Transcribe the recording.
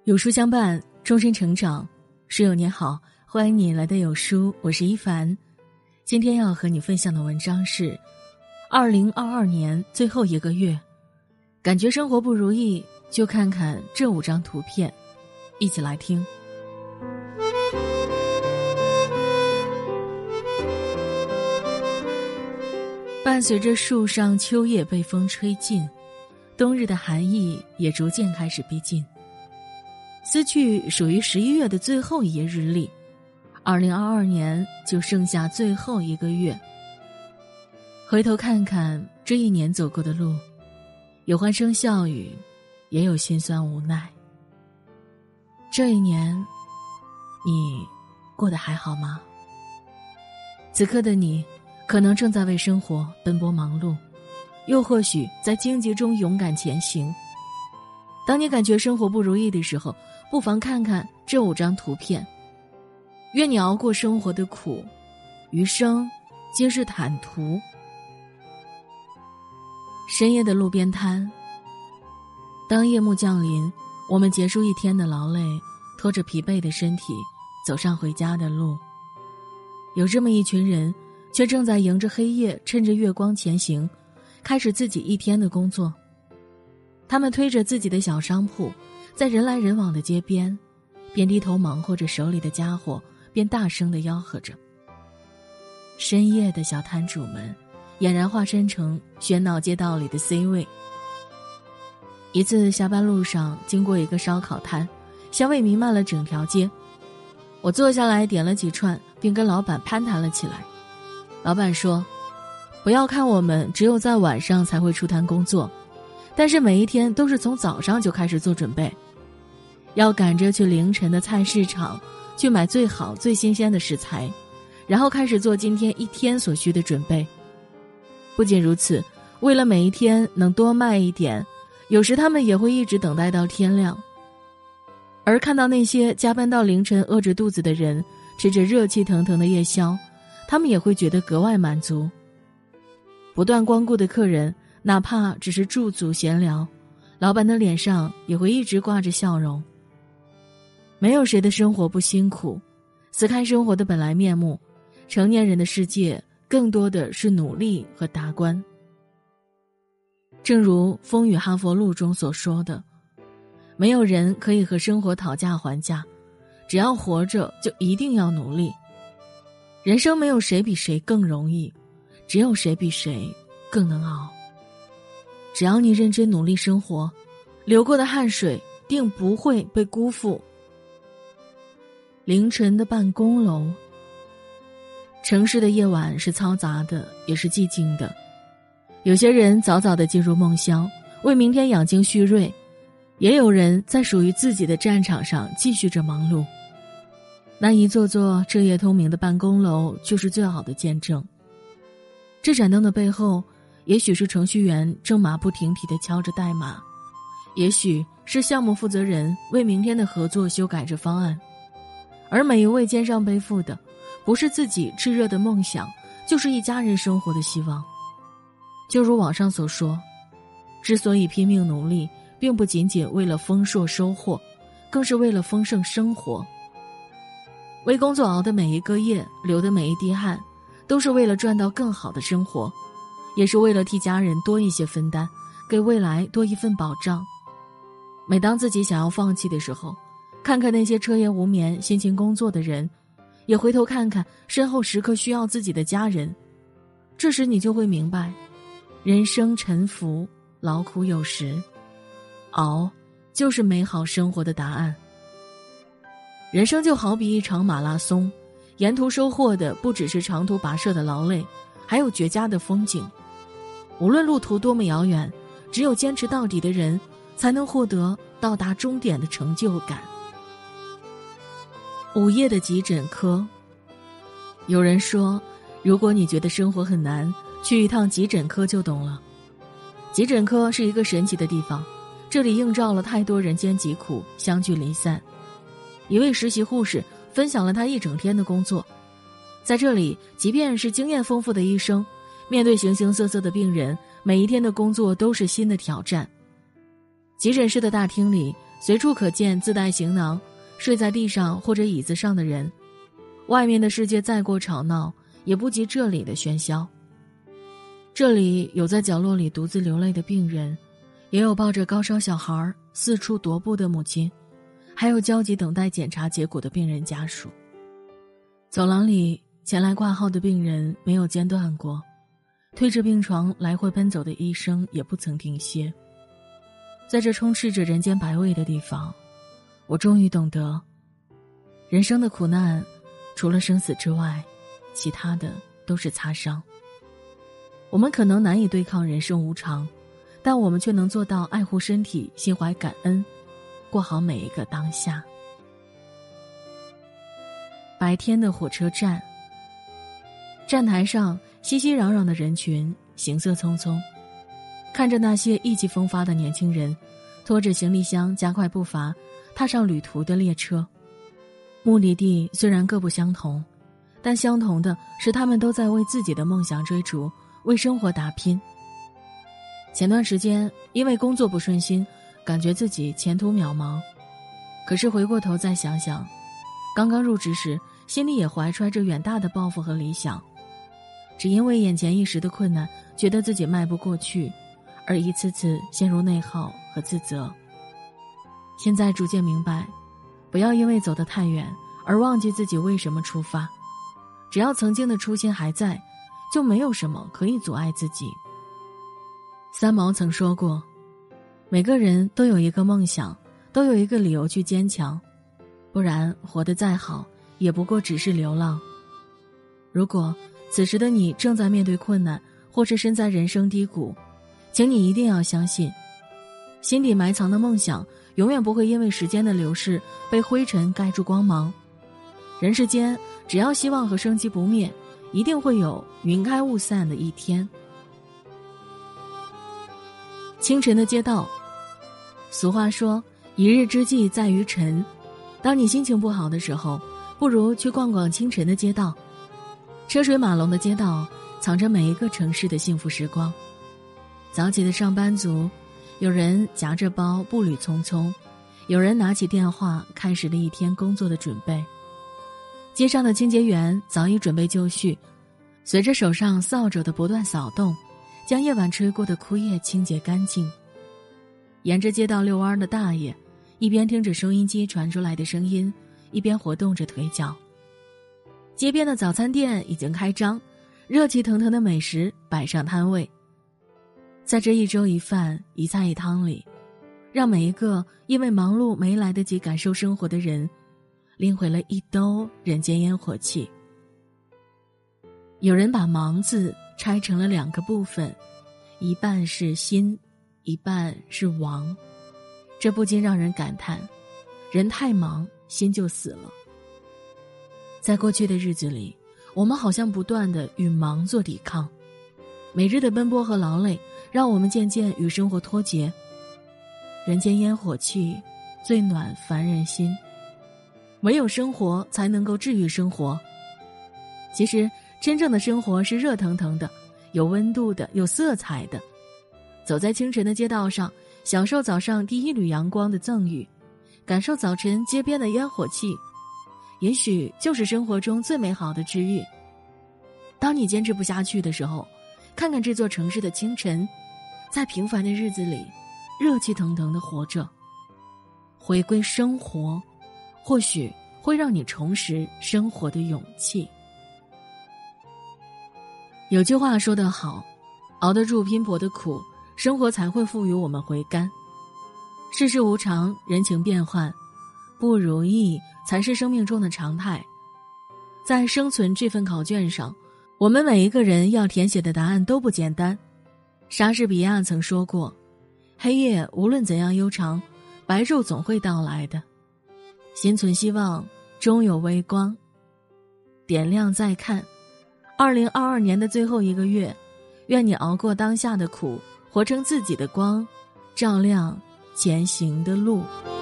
有书相伴，终身成长。书友您好，欢迎你来到有书，我是一凡。今天要和你分享的文章是2022年最后一个月，感觉生活不如意，就看看这5张图片，一起来听。伴随着树上秋叶被风吹尽，冬日的寒意也逐渐开始逼近。撕去属于11月的最后一页日历，2022年就剩下最后一个月。回头看看这一年走过的路，有欢声笑语，也有心酸无奈。这一年，你过得还好吗？此刻的你，可能正在为生活奔波忙碌，又或许在荆棘中勇敢前行。当你感觉生活不如意的时候，不妨看看这5张图片。愿你熬过生活的苦，余生皆是坦途。深夜的路边摊，当夜幕降临，我们结束一天的劳累，拖着疲惫的身体走上回家的路。有这么一群人，却正在迎着黑夜，趁着月光前行，开始自己一天的工作。他们推着自己的小商铺，在人来人往的街边，边低头忙活着手里的家伙，边大声地吆喝着。深夜的小摊主们俨然化身成喧闹街道里的 C 位。一次下班路上经过一个烧烤摊，香味弥漫了整条街。我坐下来点了几串，并跟老板攀谈了起来。老板说，不要看我们只有在晚上才会出摊工作，但是每一天都是从早上就开始做准备，要赶着去凌晨的菜市场去买最好最新鲜的食材，然后开始做今天一天所需的准备。不仅如此，为了每一天能多卖一点，有时他们也会一直等待到天亮。而看到那些加班到凌晨饿着肚子的人吃着热气腾腾的夜宵，他们也会觉得格外满足。不断光顾的客人，哪怕只是驻足闲聊，老板的脸上也会一直挂着笑容。没有谁的生活不辛苦，撕开生活的本来面目，成年人的世界更多的是努力和达观。正如《风雨哈佛录》中所说的，没有人可以和生活讨价还价，只要活着就一定要努力。人生没有谁比谁更容易，只有谁比谁更能熬。只要你认真努力生活，流过的汗水定不会被辜负。凌晨的办公楼，城市的夜晚是嘈杂的，也是寂静的。有些人早早地进入梦乡，为明天养精蓄锐，也有人在属于自己的战场上继续着忙碌。那一座座彻夜通明的办公楼就是最好的见证。这盏灯的背后，也许是程序员正马不停蹄地敲着代码，也许是项目负责人为明天的合作修改着方案，而每一位肩上背负的，不是自己炽热的梦想，就是一家人生活的希望。就如网上所说，之所以拼命努力，并不仅仅为了丰硕收获，更是为了丰盛生活。为工作熬的每一个夜，流的每一滴汗，都是为了赚到更好的生活，也是为了替家人多一些分担，给未来多一份保障。每当自己想要放弃的时候，看看那些彻夜无眠辛勤工作的人，也回头看看身后时刻需要自己的家人，这时你就会明白，人生沉浮，劳苦有时，熬就是美好生活的答案。人生就好比一场马拉松，沿途收获的不只是长途跋涉的劳累，还有绝佳的风景。无论路途多么遥远，只有坚持到底的人，才能获得到达终点的成就感。午夜的急诊科。有人说，如果你觉得生活很难，去一趟急诊科就懂了。急诊科是一个神奇的地方，这里映照了太多人间疾苦，相聚离散。一位实习护士分享了他一整天的工作。在这里，即便是经验丰富的医生，面对形形色色的病人，每一天的工作都是新的挑战。急诊室的大厅里， 随处可见自带行囊睡在地上或者椅子上的人。外面的世界再过吵闹，也不及这里的喧嚣。这里有在角落里独自流泪的病人，也有抱着高烧小孩四处踱步的母亲，还有焦急等待检查结果的病人家属。走廊里前来挂号的病人没有间断过，推着病床来回奔走的医生也不曾停歇。在这充斥着人间百味的地方，我终于懂得，人生的苦难除了生死之外，其他的都是擦伤。我们可能难以对抗人生无常，但我们却能做到爱护身体，心怀感恩，过好每一个当下。白天的火车站，站台上熙熙攘攘的人群，行色匆匆，看着那些意气风发的年轻人拖着行李箱加快步伐踏上旅途的列车。目的地虽然各不相同，但相同的是他们都在为自己的梦想追逐，为生活打拼。前段时间因为工作不顺心，感觉自己前途渺茫，可是回过头再想想，刚刚入职时心里也怀揣着远大的抱负和理想，只因为眼前一时的困难，觉得自己迈不过去，而一次次陷入内耗和自责。现在逐渐明白，不要因为走得太远而忘记自己为什么出发，只要曾经的初心还在，就没有什么可以阻碍自己。三毛曾说过，每个人都有一个梦想，都有一个理由去坚强，不然活得再好也不过只是流浪。如果此时的你正在面对困难，或是身在人生低谷，请你一定要相信，心底埋藏的梦想永远不会因为时间的流逝被灰尘盖住光芒。人世间只要希望和生机不灭，一定会有云开雾散的一天。清晨的街道，俗话说一日之计在于晨，当你心情不好的时候，不如去逛逛清晨的街道。车水马龙的街道藏着每一个城市的幸福时光。早起的上班族，有人夹着包步履匆匆，有人拿起电话开始了一天工作的准备。街上的清洁员早已准备就绪，随着手上扫帚的不断扫动，将夜晚吹过的枯叶清洁干净。沿着街道遛弯的大爷一边听着收音机传出来的声音，一边活动着腿脚。街边的早餐店已经开张，热气腾腾的美食摆上摊位。在这一粥一饭一菜一汤里，让每一个因为忙碌没来得及感受生活的人拎回了一兜人间烟火气。有人把忙字拆成了两个部分，一半是心，一半是亡。这不禁让人感叹，人太忙，心就死了。在过去的日子里，我们好像不断地与忙做抵抗，每日的奔波和劳累让我们渐渐与生活脱节。人间烟火气最暖凡人心，唯有生活才能够治愈生活。其实真正的生活是热腾腾的，有温度的，有色彩的。走在清晨的街道上，享受早上第一缕阳光的赠予，感受早晨街边的烟火气，也许就是生活中最美好的治愈。当你坚持不下去的时候，看看这座城市的清晨，在平凡的日子里热气腾腾地活着。回归生活，或许会让你重拾生活的勇气。有句话说得好，熬得住拼搏的苦，生活才会赋予我们回甘。世事无常，人情变幻，不如意才是生命中的常态。在生存这份考卷上，我们每一个人要填写的答案都不简单。莎士比亚曾说过，黑夜无论怎样悠长，白昼总会到来的。心存希望，终有微光。点亮再看，2022年的最后一个月，愿你熬过当下的苦，活成自己的光，照亮前行的路。